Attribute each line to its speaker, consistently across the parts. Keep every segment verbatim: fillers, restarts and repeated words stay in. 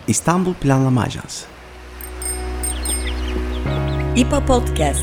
Speaker 1: İstanbul Planlama Ajansı.
Speaker 2: İ P A Podcast.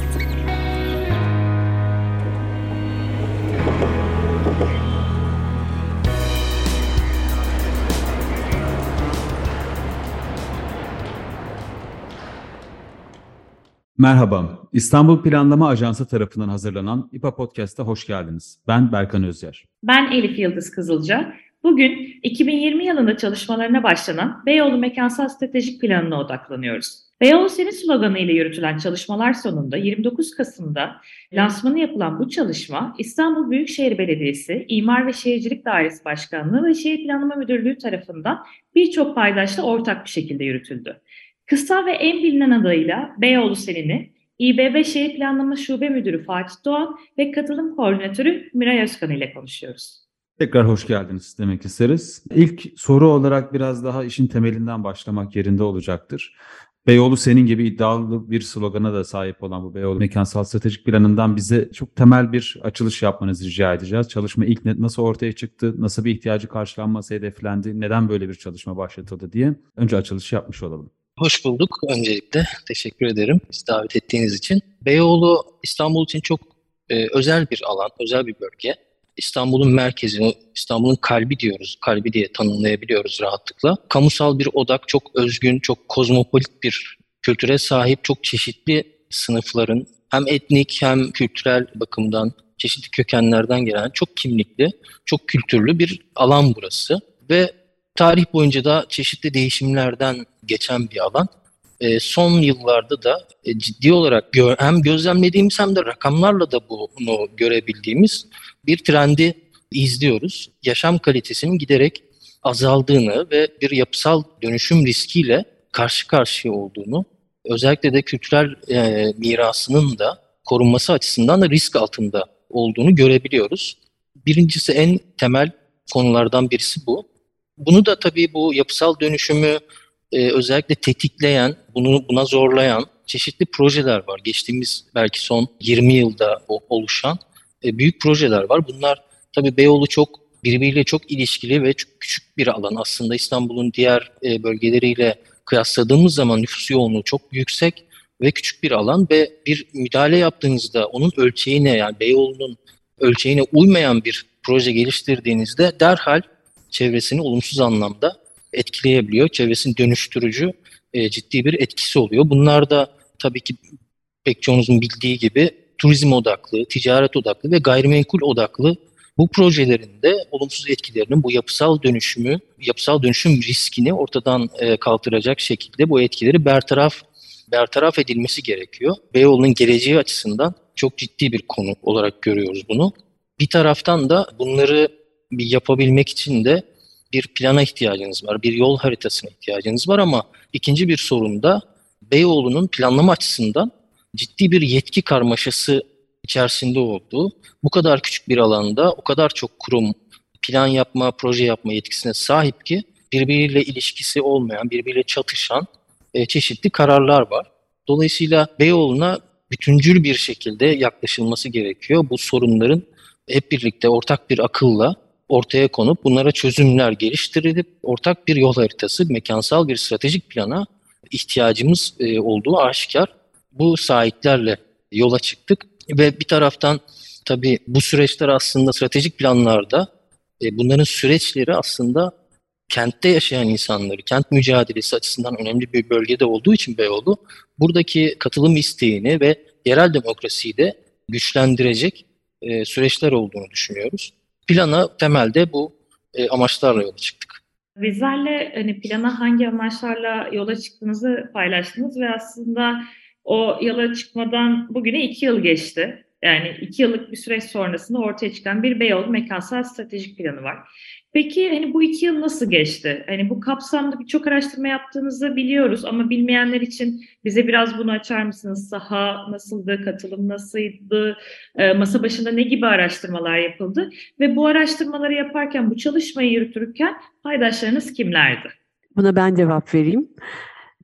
Speaker 3: Merhaba, İstanbul Planlama Ajansı tarafından hazırlanan İ P A Podcast'a hoş geldiniz. Ben Berkan Özyer.
Speaker 4: Ben Elif Yıldız Kızılca. Bugün iki bin yirmi yılında çalışmalarına başlanan Beyoğlu Mekansal Stratejik Planı'na odaklanıyoruz. Beyoğlu Senin sloganı ile yürütülen çalışmalar sonunda yirmi dokuz Kasım'da lansmanı yapılan bu çalışma İstanbul Büyükşehir Belediyesi, İmar ve Şehircilik Dairesi Başkanlığı ve Şehir Planlama Müdürlüğü tarafından birçok paydaşla ortak bir şekilde yürütüldü. Kısa ve en bilinen adıyla Beyoğlu Senin'i İ B B Şehir Planlama Şube Müdürü Fatih Doğan ve Katılım Koordinatörü Miray Özkan ile konuşuyoruz.
Speaker 3: Tekrar hoş geldiniz demek isteriz. İlk soru olarak biraz daha işin temelinden başlamak yerinde olacaktır. Beyoğlu Senin gibi iddialı bir slogana da sahip olan bu Beyoğlu Mekansal Stratejik Planı'ndan bize çok temel bir açılış yapmanızı rica edeceğiz. Çalışma ilk nasıl ortaya çıktı, nasıl bir ihtiyacı karşılanması hedeflendi, neden böyle bir çalışma başlatıldı diye önce açılışı yapmış olalım.
Speaker 5: Hoş bulduk. Öncelikle teşekkür ederim bizi davet ettiğiniz için. Beyoğlu İstanbul için çok e, özel bir alan, özel bir bölge. İstanbul'un merkezi, İstanbul'un kalbi diyoruz. Kalbi diye tanımlayabiliyoruz rahatlıkla. Kamusal bir odak, çok özgün, çok kozmopolit bir kültüre sahip, çok çeşitli sınıfların hem etnik hem kültürel bakımdan çeşitli kökenlerden gelen çok kimlikli, çok kültürlü bir alan burası. Ve tarih boyunca da çeşitli değişimlerden geçen bir alan. E, son yıllarda da e, ciddi olarak gö- hem gözlemlediğimiz hem de rakamlarla da bunu görebildiğimiz bir trendi izliyoruz. Yaşam kalitesinin giderek azaldığını ve bir yapısal dönüşüm riskiyle karşı karşıya olduğunu, özellikle de kültürel e, mirasının da korunması açısından da risk altında olduğunu görebiliyoruz. Birincisi, en temel konulardan birisi bu. Bunu da tabii bu yapısal dönüşümü e, özellikle tetikleyen, bunu buna zorlayan çeşitli projeler var. Geçtiğimiz belki son yirmi yılda oluşan e, büyük projeler var. Bunlar tabii Beyoğlu çok birbiriyle çok ilişkili ve çok küçük bir alan. Aslında İstanbul'un diğer e, bölgeleriyle kıyasladığımız zaman nüfus yoğunluğu çok yüksek ve küçük bir alan ve bir müdahale yaptığınızda onun ölçeğine, yani Beyoğlu'nun ölçeğine uymayan bir proje geliştirdiğinizde derhal çevresini olumsuz anlamda etkileyebiliyor. Çevresini dönüştürücü e, ciddi bir etkisi oluyor. Bunlar da tabii ki pek çoğunuzun bildiği gibi turizm odaklı, ticaret odaklı ve gayrimenkul odaklı bu projelerin de olumsuz etkilerinin, bu yapısal dönüşümü, yapısal dönüşüm riskini ortadan e, kaldıracak şekilde bu etkileri bertaraf bertaraf edilmesi gerekiyor. Beyoğlu'nun geleceği açısından çok ciddi bir konu olarak görüyoruz bunu. Bir taraftan da bunları bir yapabilmek için de bir plana ihtiyacınız var, bir yol haritasına ihtiyacınız var ama ikinci bir sorun da Beyoğlu'nun planlama açısından ciddi bir yetki karmaşası içerisinde olduğu, bu kadar küçük bir alanda o kadar çok kurum plan yapma, proje yapma yetkisine sahip ki birbiriyle ilişkisi olmayan, birbiriyle çatışan e, çeşitli kararlar var. Dolayısıyla Beyoğlu'na bütüncül bir şekilde yaklaşılması gerekiyor. Bu sorunların hep birlikte ortak bir akılla ortaya konup bunlara çözümler geliştirilip ortak bir yol haritası, mekansal bir stratejik plana ihtiyacımız e, olduğu aşikar. Bu sahiplerle yola çıktık ve bir taraftan tabii bu süreçler aslında stratejik planlarda e, bunların süreçleri aslında kentte yaşayan insanları, kent mücadelesi açısından önemli bir bölgede olduğu için Beyoğlu buradaki katılım isteğini ve yerel demokrasiyi de güçlendirecek e, süreçler olduğunu düşünüyoruz. Plana temelde bu e, amaçlarla yola çıktık.
Speaker 4: Bizlerle hani plana hangi amaçlarla yola çıktığınızı paylaştınız ve aslında o yola çıkmadan bugüne iki yıl geçti. Yani iki yıllık bir süreç sonrasında ortaya çıkan bir Beyoğlu Mekansal Stratejik Planı var. Peki hani bu iki yıl nasıl geçti? Hani bu kapsamda birçok araştırma yaptığınızı biliyoruz ama bilmeyenler için bize biraz bunu açar mısınız? Saha nasıldı, katılım nasıldı, e, masa başında ne gibi araştırmalar yapıldı? Ve bu araştırmaları yaparken, bu çalışmayı yürütürken paydaşlarınız kimlerdi?
Speaker 6: Buna ben cevap vereyim.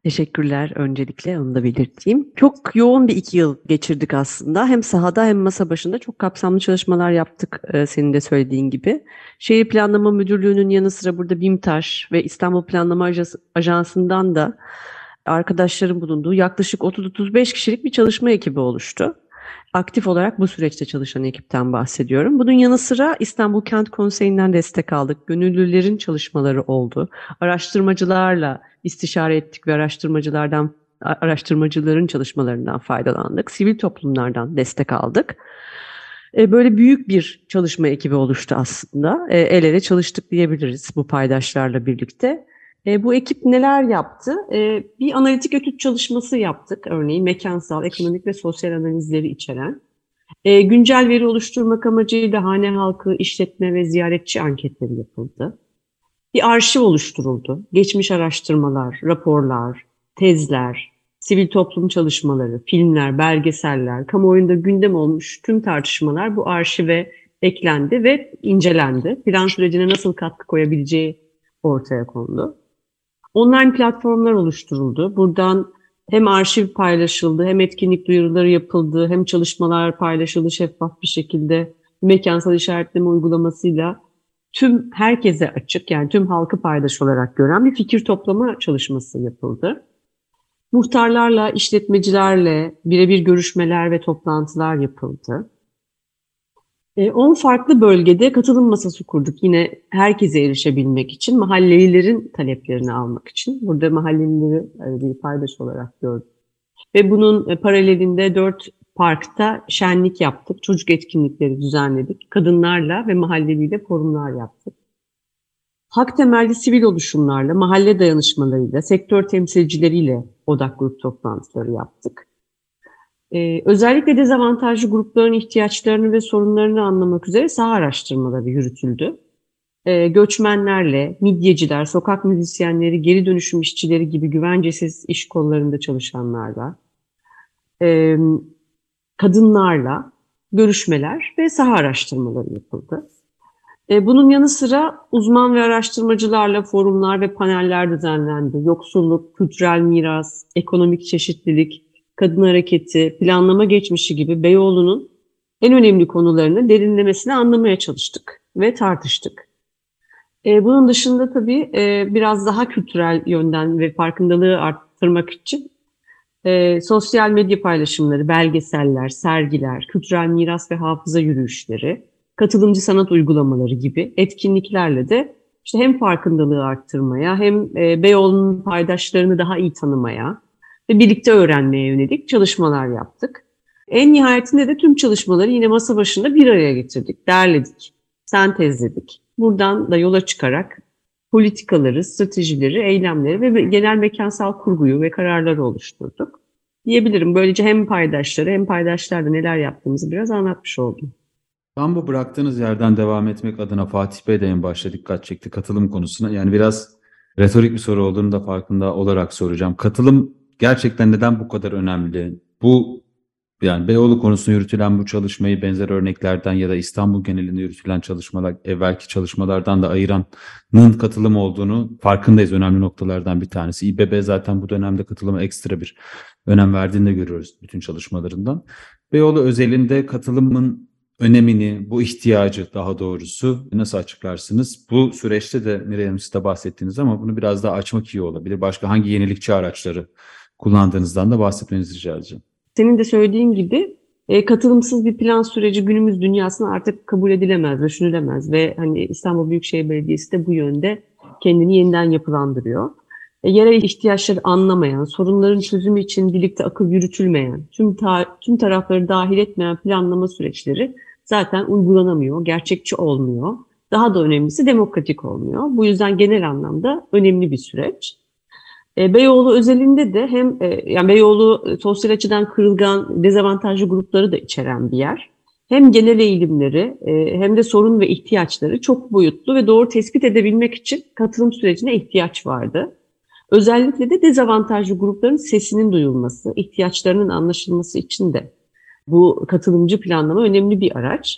Speaker 1: Teşekkürler öncelikle, onu da belirteyim. Çok yoğun bir iki yıl geçirdik aslında. Hem sahada hem masa başında çok kapsamlı çalışmalar yaptık e, senin de söylediğin gibi. Şehir Planlama Müdürlüğü'nün yanı sıra burada BİMTAŞ ve İstanbul Planlama Ajans- Ajansı'ndan da arkadaşların bulunduğu yaklaşık otuz otuz beş kişilik bir çalışma ekibi oluştu. Aktif olarak bu süreçte çalışan ekipten bahsediyorum. Bunun yanı sıra İstanbul Kent Konseyi'nden destek aldık. Gönüllülerin çalışmaları oldu. Araştırmacılarla istişare ettik ve araştırmacılardan araştırmacıların çalışmalarından faydalandık. Sivil toplumlardan destek aldık. Böyle büyük bir çalışma ekibi oluştu aslında. El ele çalıştık diyebiliriz bu paydaşlarla birlikte. E, bu ekip neler yaptı? E, bir analitik etüt çalışması yaptık. Örneğin mekansal, ekonomik ve sosyal analizleri içeren. E, güncel veri oluşturmak amacıyla hane halkı, işletme ve ziyaretçi anketleri yapıldı. Bir arşiv oluşturuldu. Geçmiş araştırmalar, raporlar, tezler, sivil toplum çalışmaları, filmler, belgeseller, kamuoyunda gündem olmuş tüm tartışmalar bu arşive eklendi ve incelendi. Plan sürecine nasıl katkı koyabileceği ortaya kondu. Online platformlar oluşturuldu. Buradan hem arşiv paylaşıldı, hem etkinlik duyuruları yapıldı, hem çalışmalar paylaşıldı şeffaf bir şekilde. Mekansal işaretleme uygulamasıyla tüm herkese açık, yani tüm halkı paydaş olarak gören bir fikir toplama çalışması yapıldı. Muhtarlarla, işletmecilerle birebir görüşmeler ve toplantılar yapıldı. on farklı bölgede katılım masası kurduk. Yine herkese erişebilmek için, mahallelilerin taleplerini almak için. Burada mahallelileri bir paydaş olarak gördük. Ve bunun paralelinde dört parkta şenlik yaptık. Çocuk etkinlikleri düzenledik. Kadınlarla ve mahalleliyle forumlar yaptık. Hak temelli sivil oluşumlarla, mahalle dayanışmalarıyla, sektör temsilcileriyle odak grup toplantıları yaptık. Ee, özellikle dezavantajlı grupların ihtiyaçlarını ve sorunlarını anlamak üzere saha araştırmaları yürütüldü. Ee, göçmenlerle, midyeciler, sokak müzisyenleri, geri dönüşüm işçileri gibi güvencesiz iş kollarında çalışanlarla, e, kadınlarla görüşmeler ve saha araştırmaları yapıldı. E, bunun yanı sıra uzman ve araştırmacılarla forumlar ve paneller düzenlendi. Yoksulluk, kültürel miras, ekonomik çeşitlilik, kadın hareketi, planlama geçmişi gibi Beyoğlu'nun en önemli konularını derinlemesine anlamaya çalıştık ve tartıştık. E, bunun dışında tabii e, biraz daha kültürel yönden ve farkındalığı arttırmak için e, sosyal medya paylaşımları, belgeseller, sergiler, kültürel miras ve hafıza yürüyüşleri, katılımcı sanat uygulamaları gibi etkinliklerle de işte hem farkındalığı arttırmaya hem e, Beyoğlu'nun paydaşlarını daha iyi tanımaya ve birlikte öğrenmeye yönelik çalışmalar yaptık. En nihayetinde de tüm çalışmaları yine masa başında bir araya getirdik, derledik, sentezledik. Buradan da yola çıkarak politikaları, stratejileri, eylemleri ve genel mekansal kurguyu ve kararları oluşturduk. Diyebilirim. Böylece hem paydaşları hem paydaşlarla neler yaptığımızı biraz anlatmış oldum.
Speaker 3: Tam bu bıraktığınız yerden devam etmek adına Fatih Bey de en başta dikkat çekti katılım konusuna. Yani biraz retorik bir soru olduğunu da farkında olarak soracağım. Katılım gerçekten neden bu kadar önemli? Bu yani Beyoğlu konusunda yürütülen bu çalışmayı benzer örneklerden ya da İstanbul genelinde yürütülen çalışmalar, evvelki çalışmalardan da ayıranın katılım olduğunu farkındayız. Önemli noktalardan bir tanesi. İBB zaten bu dönemde katılıma ekstra bir önem verdiğini de görüyoruz bütün çalışmalarından. Beyoğlu özelinde katılımın önemini, bu ihtiyacı daha doğrusu nasıl açıklarsınız? Bu süreçte de Miray Hanım siz de bahsettiniz ama bunu biraz daha açmak iyi olabilir. Başka hangi yenilikçi araçları kullandığınızdan da bahsetmenizi rica edeceğim.
Speaker 1: Senin de söylediğin gibi e, katılımsız bir plan süreci günümüz dünyasında artık kabul edilemez, düşünülemez ve hani İstanbul Büyükşehir Belediyesi de bu yönde kendini yeniden yapılandırıyor. E, yerel ihtiyaçları anlamayan, sorunların çözümü için birlikte akıl yürütülmeyen, tüm ta- tüm tarafları dahil etmeyen planlama süreçleri zaten uygulanamıyor, gerçekçi olmuyor. Daha da önemlisi demokratik olmuyor. Bu yüzden genel anlamda önemli bir süreç. E, Beyoğlu özelinde de hem e, yani Beyoğlu e, sosyal açıdan kırılgan, dezavantajlı grupları da içeren bir yer. Hem genel eğilimleri e, hem de sorun ve ihtiyaçları çok boyutlu ve doğru tespit edebilmek için katılım sürecine ihtiyaç vardı. Özellikle de dezavantajlı grupların sesinin duyulması, ihtiyaçlarının anlaşılması için de bu katılımcı planlama önemli bir araç.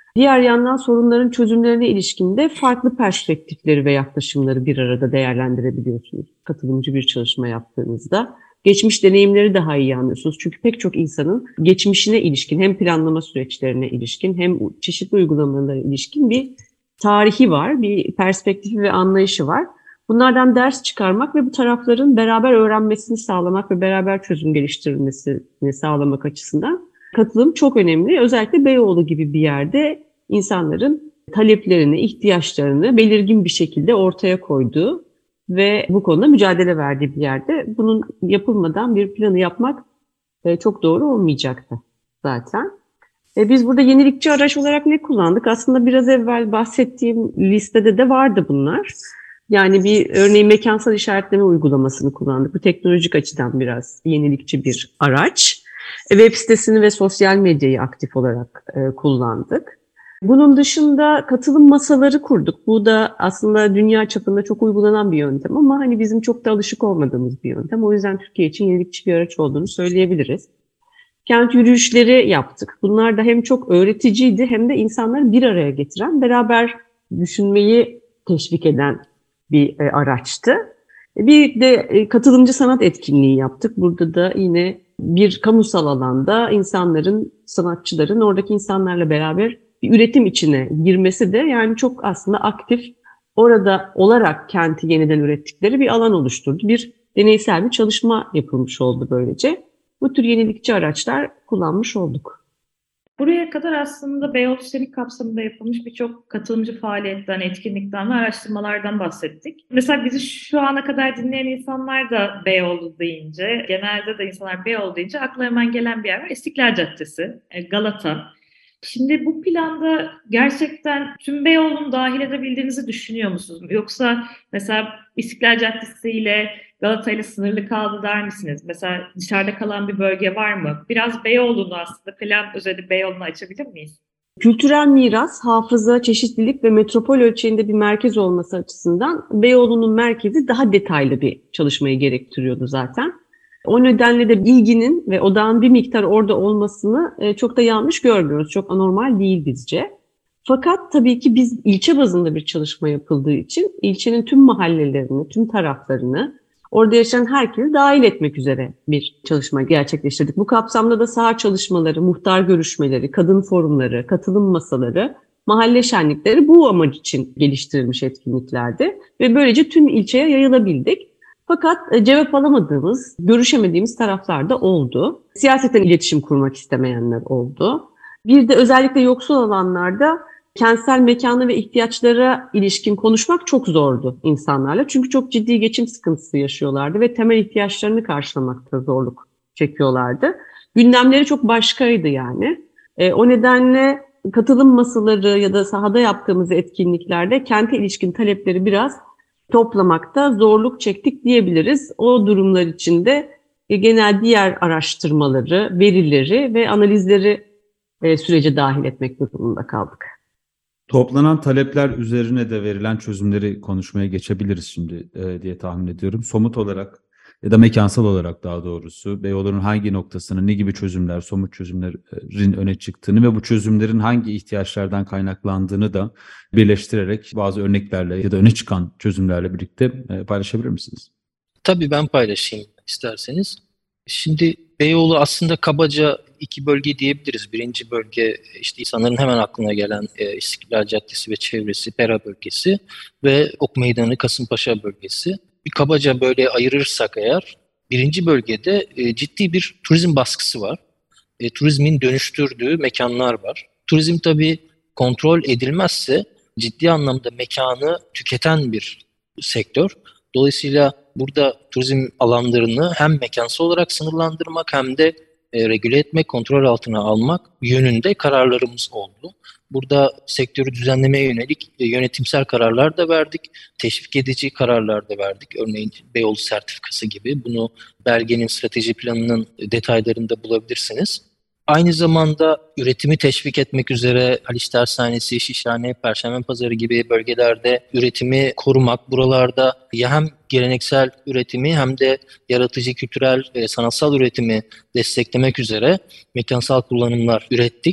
Speaker 1: Diğer yandan sorunların çözümlerine ilişkin de farklı perspektifleri ve yaklaşımları bir arada değerlendirebiliyorsunuz katılımcı bir çalışma yaptığınızda. Geçmiş deneyimleri daha iyi anlıyorsunuz. Çünkü pek çok insanın geçmişine ilişkin hem planlama süreçlerine ilişkin hem çeşitli uygulamalara ilişkin bir tarihi var, bir perspektifi ve anlayışı var. Bunlardan ders çıkarmak ve bu tarafların beraber öğrenmesini sağlamak ve beraber çözüm geliştirilmesini sağlamak açısından katılım çok önemli. Özellikle Beyoğlu gibi bir yerde insanların taleplerini, ihtiyaçlarını belirgin bir şekilde ortaya koyduğu ve bu konuda mücadele verdiği bir yerde bunun yapılmadan bir planı yapmak çok doğru olmayacaktı zaten. Biz burada yenilikçi araç olarak ne kullandık? Aslında biraz evvel bahsettiğim listede de vardı bunlar. Yani bir örneğin mekansal işaretleme uygulamasını kullandık. Bu teknolojik açıdan biraz yenilikçi bir araç. Web sitesini ve sosyal medyayı aktif olarak e, kullandık. Bunun dışında katılım masaları kurduk. Bu da aslında dünya çapında çok uygulanan bir yöntem ama hani bizim çok da alışık olmadığımız bir yöntem. O yüzden Türkiye için yenilikçi bir araç olduğunu söyleyebiliriz. Kent yürüyüşleri yaptık. Bunlar da hem çok öğreticiydi hem de insanları bir araya getiren, beraber düşünmeyi teşvik eden bir e, araçtı. Bir de e, katılımcı sanat etkinliği yaptık. Burada da yine bir kamusal alanda insanların, sanatçıların oradaki insanlarla beraber bir üretim içine girmesi de yani çok aslında aktif, orada olarak kenti yeniden ürettikleri bir alan oluşturdu. Bir deneysel bir çalışma yapılmış oldu böylece. Bu tür yenilikçi araçlar kullanmış olduk.
Speaker 4: Buraya kadar aslında Beyoğlu Senik kapsamında yapılmış birçok katılımcı faaliyetten, etkinlikten ve araştırmalardan bahsettik. Mesela bizi şu ana kadar dinleyen insanlar da Beyoğlu deyince, genelde de insanlar Beyoğlu deyince akla hemen gelen bir yer var. İstiklal Caddesi, Galata. Şimdi bu planda gerçekten tüm Beyoğlu'nu dahil edebildiğinizi düşünüyor musunuz? Yoksa mesela İstiklal Caddesi ile Galata ile sınırlı kaldı der misiniz? Mesela dışarıda kalan bir bölge var mı? Biraz Beyoğlu'nu aslında plan özellikle Beyoğlu'nu açabilir miyiz?
Speaker 1: Kültürel miras, hafıza, çeşitlilik ve metropol ölçeğinde bir merkez olması açısından Beyoğlu'nun merkezi daha detaylı bir çalışmayı gerektiriyordu zaten. O nedenle de ilginin ve odağın bir miktar orada olmasını çok da yanlış görmüyoruz. Çok anormal değil bizce. Fakat tabii ki biz ilçe bazında bir çalışma yapıldığı için ilçenin tüm mahallelerini, tüm taraflarını, orada yaşayan herkesi dahil etmek üzere bir çalışma gerçekleştirdik. Bu kapsamda da saha çalışmaları, muhtar görüşmeleri, kadın forumları, katılım masaları, mahalle şenlikleri bu amaç için geliştirilmiş etkinliklerdi. Ve böylece tüm ilçeye yayılabildik. Fakat cevap alamadığımız, görüşemediğimiz taraflar da oldu. Siyaseten iletişim kurmak istemeyenler oldu. Bir de özellikle yoksul alanlarda kentsel mekanı ve ihtiyaçlara ilişkin konuşmak çok zordu insanlarla. Çünkü çok ciddi geçim sıkıntısı yaşıyorlardı ve temel ihtiyaçlarını karşılamakta zorluk çekiyorlardı. Gündemleri çok başkaydı yani. E, o nedenle katılım masaları ya da sahada yaptığımız etkinliklerde kente ilişkin talepleri biraz toplamakta zorluk çektik diyebiliriz. O durumlar içinde e, genel diğer araştırmaları, verileri ve analizleri e, sürece dahil etmek durumunda kaldık.
Speaker 3: Toplanan talepler üzerine de verilen çözümleri konuşmaya geçebiliriz şimdi e, diye tahmin ediyorum. Somut olarak ya da mekansal olarak daha doğrusu Beyoğlu'nun hangi noktasının ne gibi çözümler, somut çözümlerin öne çıktığını ve bu çözümlerin hangi ihtiyaçlardan kaynaklandığını da birleştirerek bazı örneklerle ya da öne çıkan çözümlerle birlikte e, paylaşabilir misiniz?
Speaker 5: Tabii ben paylaşayım isterseniz. Şimdi Beyoğlu aslında kabaca iki bölge diyebiliriz. Birinci bölge işte insanların hemen aklına gelen e, İstiklal Caddesi ve çevresi, Pera bölgesi ve Ok Meydanı, Kasımpaşa bölgesi. Bir kabaca böyle ayırırsak eğer birinci bölgede e, ciddi bir turizm baskısı var. E, turizmin dönüştürdüğü mekanlar var. Turizm tabii kontrol edilmezse ciddi anlamda mekanı tüketen bir sektör. Dolayısıyla burada turizm alanlarını hem mekansal olarak sınırlandırmak hem de e, regüle etmek, kontrol altına almak yönünde kararlarımız oldu. Burada sektörü düzenlemeye yönelik e, yönetimsel kararlar da verdik, teşvik edici kararlar da verdik. Örneğin Beyoğlu sertifikası gibi. Bunu belgenin strateji planının detaylarında bulabilirsiniz. Aynı zamanda üretimi teşvik etmek üzere Haliç Tersanesi, Şişhane, Perşembepazarı gibi bölgelerde üretimi korumak, buralarda ya hem geleneksel üretimi hem de yaratıcı, kültürel, e, sanatsal üretimi desteklemek üzere mekansal kullanımlar ürettik.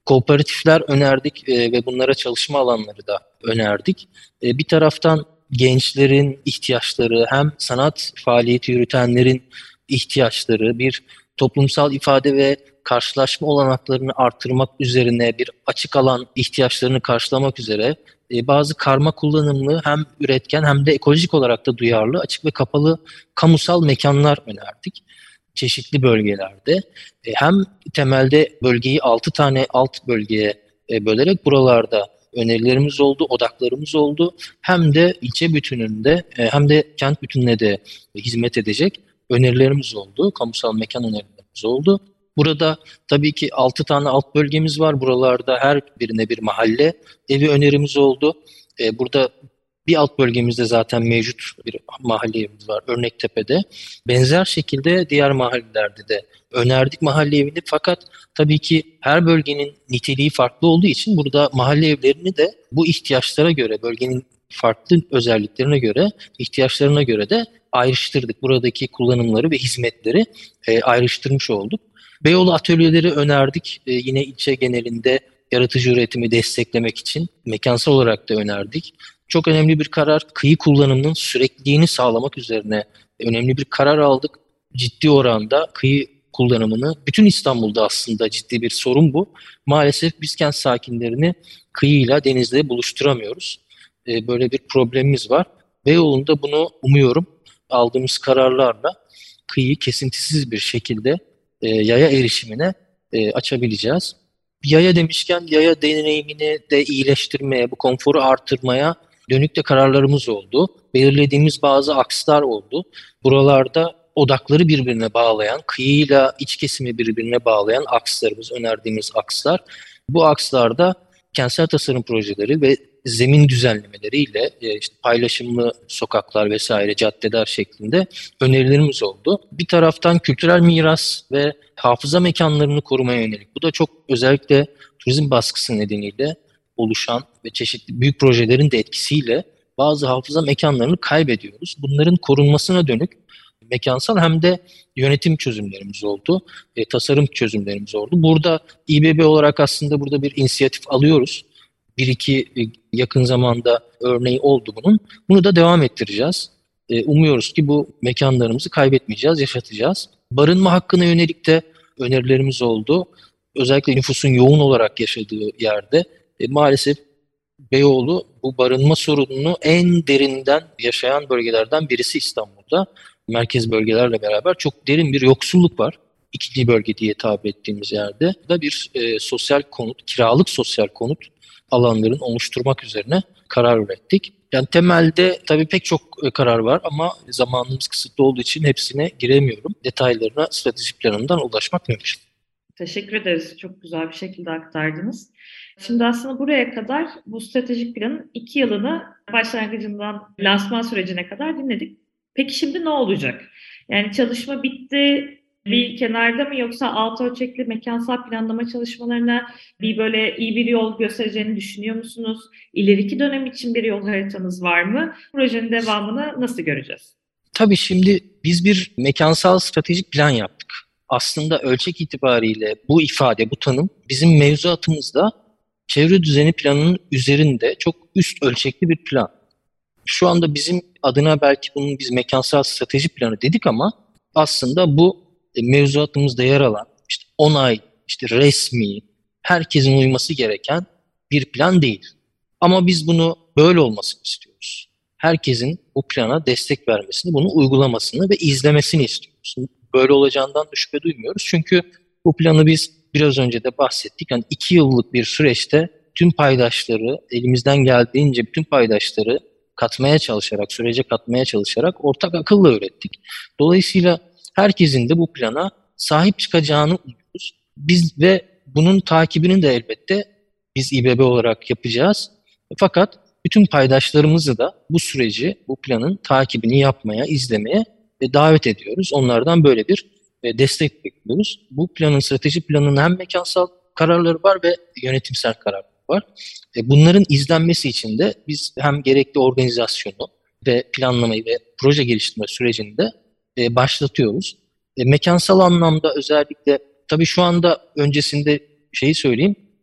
Speaker 5: kooperatifler önerdik e, ve bunlara çalışma alanları da önerdik. E, bir taraftan gençlerin ihtiyaçları, hem sanat faaliyeti yürütenlerin ihtiyaçları, bir toplumsal ifade ve karşılaşma olanaklarını artırmak üzerine, bir açık alan ihtiyaçlarını karşılamak üzere e, bazı karma kullanımlı, hem üretken hem de ekolojik olarak da duyarlı açık ve kapalı kamusal mekanlar önerdik çeşitli bölgelerde. E, hem temelde bölgeyi altı tane alt bölgeye e, bölerek buralarda önerilerimiz oldu, odaklarımız oldu. Hem de ilçe bütününde e, hem de kent bütününe de hizmet edecek önerilerimiz oldu. Kamusal mekan önerilerimiz oldu. Burada tabii ki altı tane alt bölgemiz var. Buralarda her birine bir mahalle evi önerimiz oldu. E, burada bir alt bölgemizde zaten mevcut bir mahalle evimiz var Örnektepe'de. Benzer şekilde diğer mahallelerde de önerdik mahalle evini, fakat tabii ki her bölgenin niteliği farklı olduğu için burada mahalle evlerini de bu ihtiyaçlara göre, bölgenin farklı özelliklerine göre, ihtiyaçlarına göre de ayrıştırdık. Buradaki kullanımları ve hizmetleri e, ayrıştırmış olduk. Beyoğlu atölyeleri önerdik. E, yine ilçe genelinde yaratıcı üretimi desteklemek için mekansal olarak da önerdik. Çok önemli bir karar, kıyı kullanımının sürekliliğini sağlamak üzerine önemli bir karar aldık. Ciddi oranda kıyı kullanımını, bütün İstanbul'da aslında ciddi bir sorun bu. Maalesef biz kent sakinlerini kıyıyla, denizle buluşturamıyoruz. Ee, böyle bir problemimiz var. Beyoğlu'nda bunu umuyorum aldığımız kararlarla kıyıyı kesintisiz bir şekilde e, yaya erişimine e, açabileceğiz. Yaya demişken yaya deneyimini de iyileştirmeye, bu konforu artırmaya dönük de kararlarımız oldu. Belirlediğimiz bazı akslar oldu. Buralarda odakları birbirine bağlayan, kıyıyla iç kesimi birbirine bağlayan akslarımız, önerdiğimiz akslar. Bu akslarda kentsel tasarım projeleri ve zemin düzenlemeleriyle e, işte paylaşımlı sokaklar vesaire, caddeler şeklinde önerilerimiz oldu. Bir taraftan kültürel miras ve hafıza mekanlarını korumaya yönelik. Bu da çok özellikle turizm baskısı nedeniyle oluşan ve çeşitli büyük projelerin de etkisiyle bazı hafıza mekanlarını kaybediyoruz. Bunların korunmasına dönük mekansal hem de yönetim çözümlerimiz oldu, e, tasarım çözümlerimiz oldu. Burada İBB olarak aslında burada bir inisiyatif alıyoruz. Bir iki e, yakın zamanda örneği oldu bunun. Bunu da devam ettireceğiz. E, umuyoruz ki bu mekanlarımızı kaybetmeyeceğiz, yaşatacağız. Barınma hakkına yönelik de önerilerimiz oldu. Özellikle nüfusun yoğun olarak yaşadığı yerde e, maalesef Beyoğlu bu barınma sorununu en derinden yaşayan bölgelerden birisi İstanbul'da. Merkez bölgelerle beraber çok derin bir yoksulluk var. İkinci bölge diye tabir ettiğimiz yerde da bir e, sosyal konut, kiralık sosyal konut alanların oluşturmak üzerine karar ürettik. Yani temelde tabii pek çok e, karar var ama zamanımız kısıtlı olduğu için hepsine giremiyorum. Detaylarına stratejik planından ulaşmak mümkün.
Speaker 4: Teşekkür ederiz. Çok güzel bir şekilde aktardınız. Şimdi aslında buraya kadar bu stratejik planın iki yılını başlangıcından lansman sürecine kadar dinledik. Peki şimdi ne olacak? Yani çalışma bitti, bir kenarda mı, yoksa alt ölçekli mekansal planlama çalışmalarına bir böyle iyi bir yol göstereceğini düşünüyor musunuz? İleriki dönem için bir yol haritanız var mı? Projenin devamını nasıl göreceğiz?
Speaker 5: Tabii şimdi biz bir mekansal stratejik plan yaptık. Aslında ölçek itibariyle bu ifade, bu tanım bizim mevzuatımızda çevre düzeni planının üzerinde çok üst ölçekli bir plan. Şu anda bizim adına belki bunun biz mekansal strateji planı dedik ama aslında bu mevzuatımızda yer alan işte onay, işte resmi, herkesin uyması gereken bir plan değil. Ama biz bunu böyle olmasını istiyoruz. Herkesin bu plana destek vermesini, bunu uygulamasını ve izlemesini istiyoruz. Böyle olacağından da şüphe duymuyoruz. Çünkü bu planı biz biraz önce de bahsettik. Yani iki yıllık bir süreçte tüm paydaşları, elimizden geldiğince bütün paydaşları katmaya çalışarak, sürece katmaya çalışarak ortak akılla ürettik. Dolayısıyla herkesin de bu plana sahip çıkacağını umuyoruz. Biz ve bunun takibini de elbette biz İBB olarak yapacağız. Fakat bütün paydaşlarımızı da bu süreci, bu planın takibini yapmaya, izlemeye davet ediyoruz. Onlardan böyle bir destek bekliyoruz. Bu planın, strateji planının hem mekansal kararları var ve yönetimsel kararları var. Bunların izlenmesi için de biz hem gerekli organizasyonu ve planlamayı ve proje geliştirme sürecini de başlatıyoruz. Mekansal anlamda özellikle, tabii şu anda öncesinde şeyi söyleyeyim,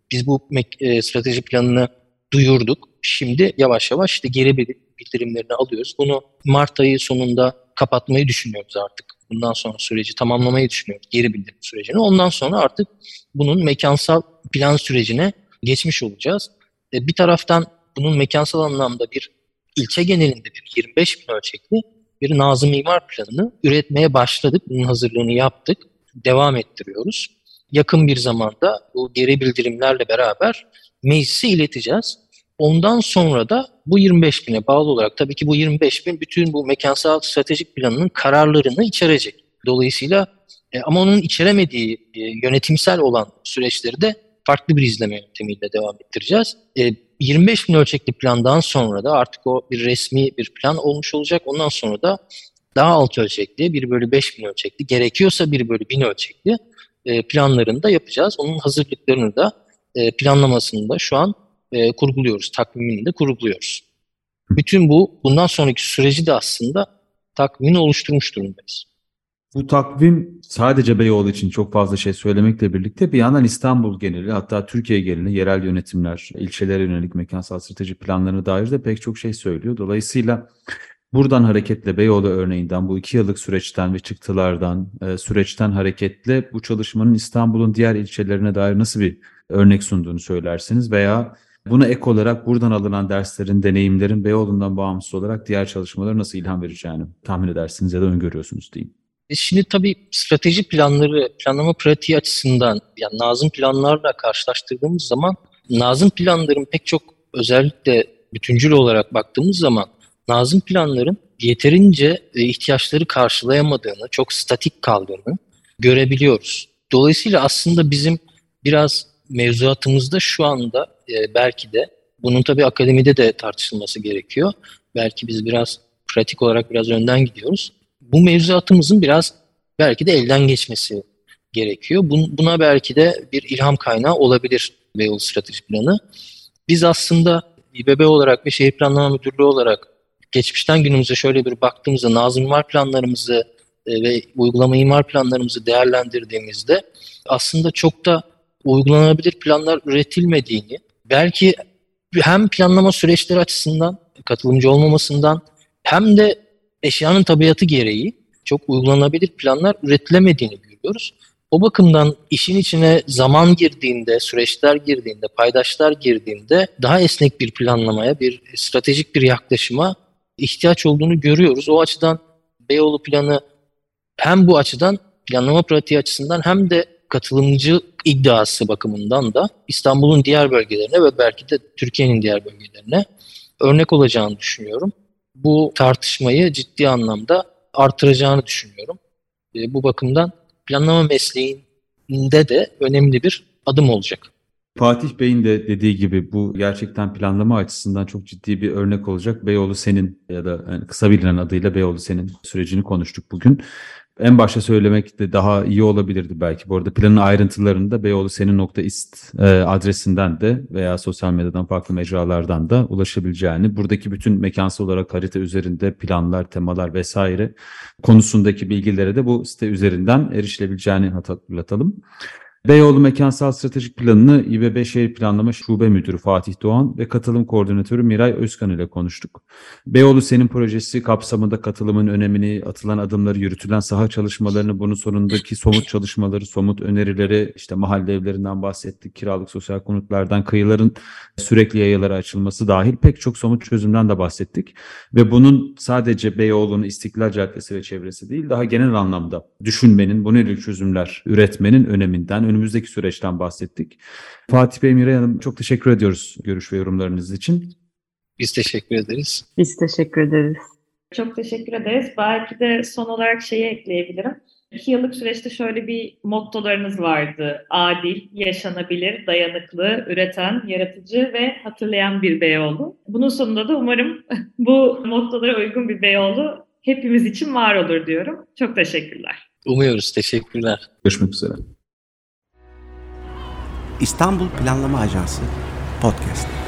Speaker 5: Biz bu e, strateji planını duyurduk. Şimdi yavaş yavaş işte geri bildirimlerini alıyoruz. Bunu Mart ayı sonunda kapatmayı düşünüyoruz artık. Bundan sonra süreci tamamlamayı düşünüyoruz, geri bildirim sürecini. Ondan sonra artık bunun mekansal plan sürecine geçmiş olacağız. E, bir taraftan bunun mekansal anlamda bir ilçe genelinde bir yirmi beş bin ölçekli bir Nazım İmar Planı'nı üretmeye başladık. Bunun hazırlığını yaptık. Devam ettiriyoruz. Yakın bir zamanda bu geri bildirimlerle beraber meclise ileteceğiz. Ondan sonra da bu yirmi beş bine bağlı olarak tabii ki bu yirmi beş bin bütün bu mekansal stratejik planının kararlarını içerecek. Dolayısıyla e, ama onun içeremediği e, yönetimsel olan süreçleri de farklı bir izleme yöntemiyle devam ettireceğiz. E, yirmi beş bin ölçekli plandan sonra da artık o bir resmi bir plan olmuş olacak. Ondan sonra da daha alt ölçekli bir bölü beş bin ölçekli, gerekiyorsa bir bölü bin ölçekli e, planlarını da yapacağız. Onun hazırlıklarını da e, planlamasını da şu an e, kurguluyoruz, takvimini de kurguluyoruz. Bütün bu bundan sonraki süreci de aslında takvimini oluşturmuş durumdayız.
Speaker 3: Bu takvim sadece Beyoğlu için çok fazla şey söylemekle birlikte bir yandan İstanbul geneli, hatta Türkiye geneli yerel yönetimler, ilçelere yönelik mekansal strateji planlarına dair de pek çok şey söylüyor. Dolayısıyla buradan hareketle Beyoğlu örneğinden, bu iki yıllık süreçten ve çıktılardan, e, süreçten hareketle bu çalışmanın İstanbul'un diğer ilçelerine dair nasıl bir örnek sunduğunu söylersiniz veya buna ek olarak buradan alınan derslerin, deneyimlerin Beyoğlu'ndan bağımsız olarak diğer çalışmalara nasıl ilham vereceğini tahmin edersiniz ya da öngörüyorsunuz diyeyim.
Speaker 5: Şimdi tabii strateji planları, planlama pratiği açısından yani Nazım planlarla karşılaştırdığımız zaman Nazım planların pek çok özellikle bütüncül olarak baktığımız zaman Nazım planların yeterince ihtiyaçları karşılayamadığını, çok statik kaldığını görebiliyoruz. Dolayısıyla aslında bizim biraz mevzuatımızda şu anda e, belki de bunun tabii akademide de tartışılması gerekiyor. Belki biz biraz pratik olarak biraz önden gidiyoruz. Bu mevzuatımızın biraz belki de elden geçmesi gerekiyor. Buna belki de bir ilham kaynağı olabilir Beyoğlu Strateji Planı. Biz aslında İBB olarak ve Şehir Planlama Müdürlüğü olarak geçmişten günümüze şöyle bir baktığımızda Nazım İmar planlarımızı ve uygulama imar planlarımızı değerlendirdiğimizde aslında çok da uygulanabilir planlar üretilmediğini, belki hem planlama süreçleri açısından katılımcı olmamasından hem de eşyanın tabiatı gereği çok uygulanabilir planlar üretilemediğini görüyoruz. O bakımdan işin içine zaman girdiğinde, süreçler girdiğinde, paydaşlar girdiğinde daha esnek bir planlamaya, bir stratejik bir yaklaşıma ihtiyaç olduğunu görüyoruz. O açıdan Beyoğlu planı hem bu açıdan planlama pratiği açısından hem de katılımcı iddiası bakımından da İstanbul'un diğer bölgelerine ve belki de Türkiye'nin diğer bölgelerine örnek olacağını düşünüyorum. Bu tartışmayı ciddi anlamda artıracağını düşünüyorum. E, bu bakımdan planlama mesleğinde de önemli bir adım olacak.
Speaker 3: Fatih Bey'in de dediği gibi bu gerçekten planlama açısından çok ciddi bir örnek olacak. Beyoğlu Senin ya da yani kısa bilinen adıyla Beyoğlu Senin sürecini konuştuk bugün. En başta söylemek de daha iyi olabilirdi belki. Bu arada planın ayrıntılarında beyoğlu senin nokta ist e, adresinden de veya sosyal medyadan farklı mecralardan da ulaşabileceğini, buradaki bütün mekansal olarak harita üzerinde planlar, temalar vesaire konusundaki bilgilere de bu site üzerinden erişilebileceğini hatırlatalım. Beyoğlu Mekansal Stratejik Planı'nı İBB Şehir Planlama Şube Müdürü Fatih Doğan ve Katılım Koordinatörü Miray Özkan ile konuştuk. Beyoğlu Senin projesi kapsamında katılımın önemini, atılan adımları, yürütülen saha çalışmalarını, bunun sonundaki somut çalışmaları, somut önerileri, işte mahalle evlerinden bahsettik, kiralık sosyal konutlardan, kıyıların sürekli yayalara açılması dahil pek çok somut çözümden de bahsettik. Ve bunun sadece Beyoğlu'nun İstiklal Caddesi ve çevresi değil, daha genel anlamda düşünmenin, buna yönelik çözümler üretmenin öneminden, önümüzdeki süreçten bahsettik. Fatih Bey, Miray Hanım, çok teşekkür ediyoruz görüş ve yorumlarınız için.
Speaker 5: Biz teşekkür ederiz.
Speaker 1: Biz teşekkür ederiz.
Speaker 4: Çok teşekkür ederiz. Belki de son olarak şeyi ekleyebilirim. İki yıllık süreçte şöyle bir mottolarınız vardı. Adil, yaşanabilir, dayanıklı, üreten, yaratıcı ve hatırlayan bir Beyoğlu. Bunun sonunda da umarım bu mottolara uygun bir Beyoğlu hepimiz için var olur diyorum. Çok teşekkürler.
Speaker 5: Umuyoruz. Teşekkürler.
Speaker 3: Görüşmek üzere.
Speaker 2: İstanbul Planlama Ajansı Podcast.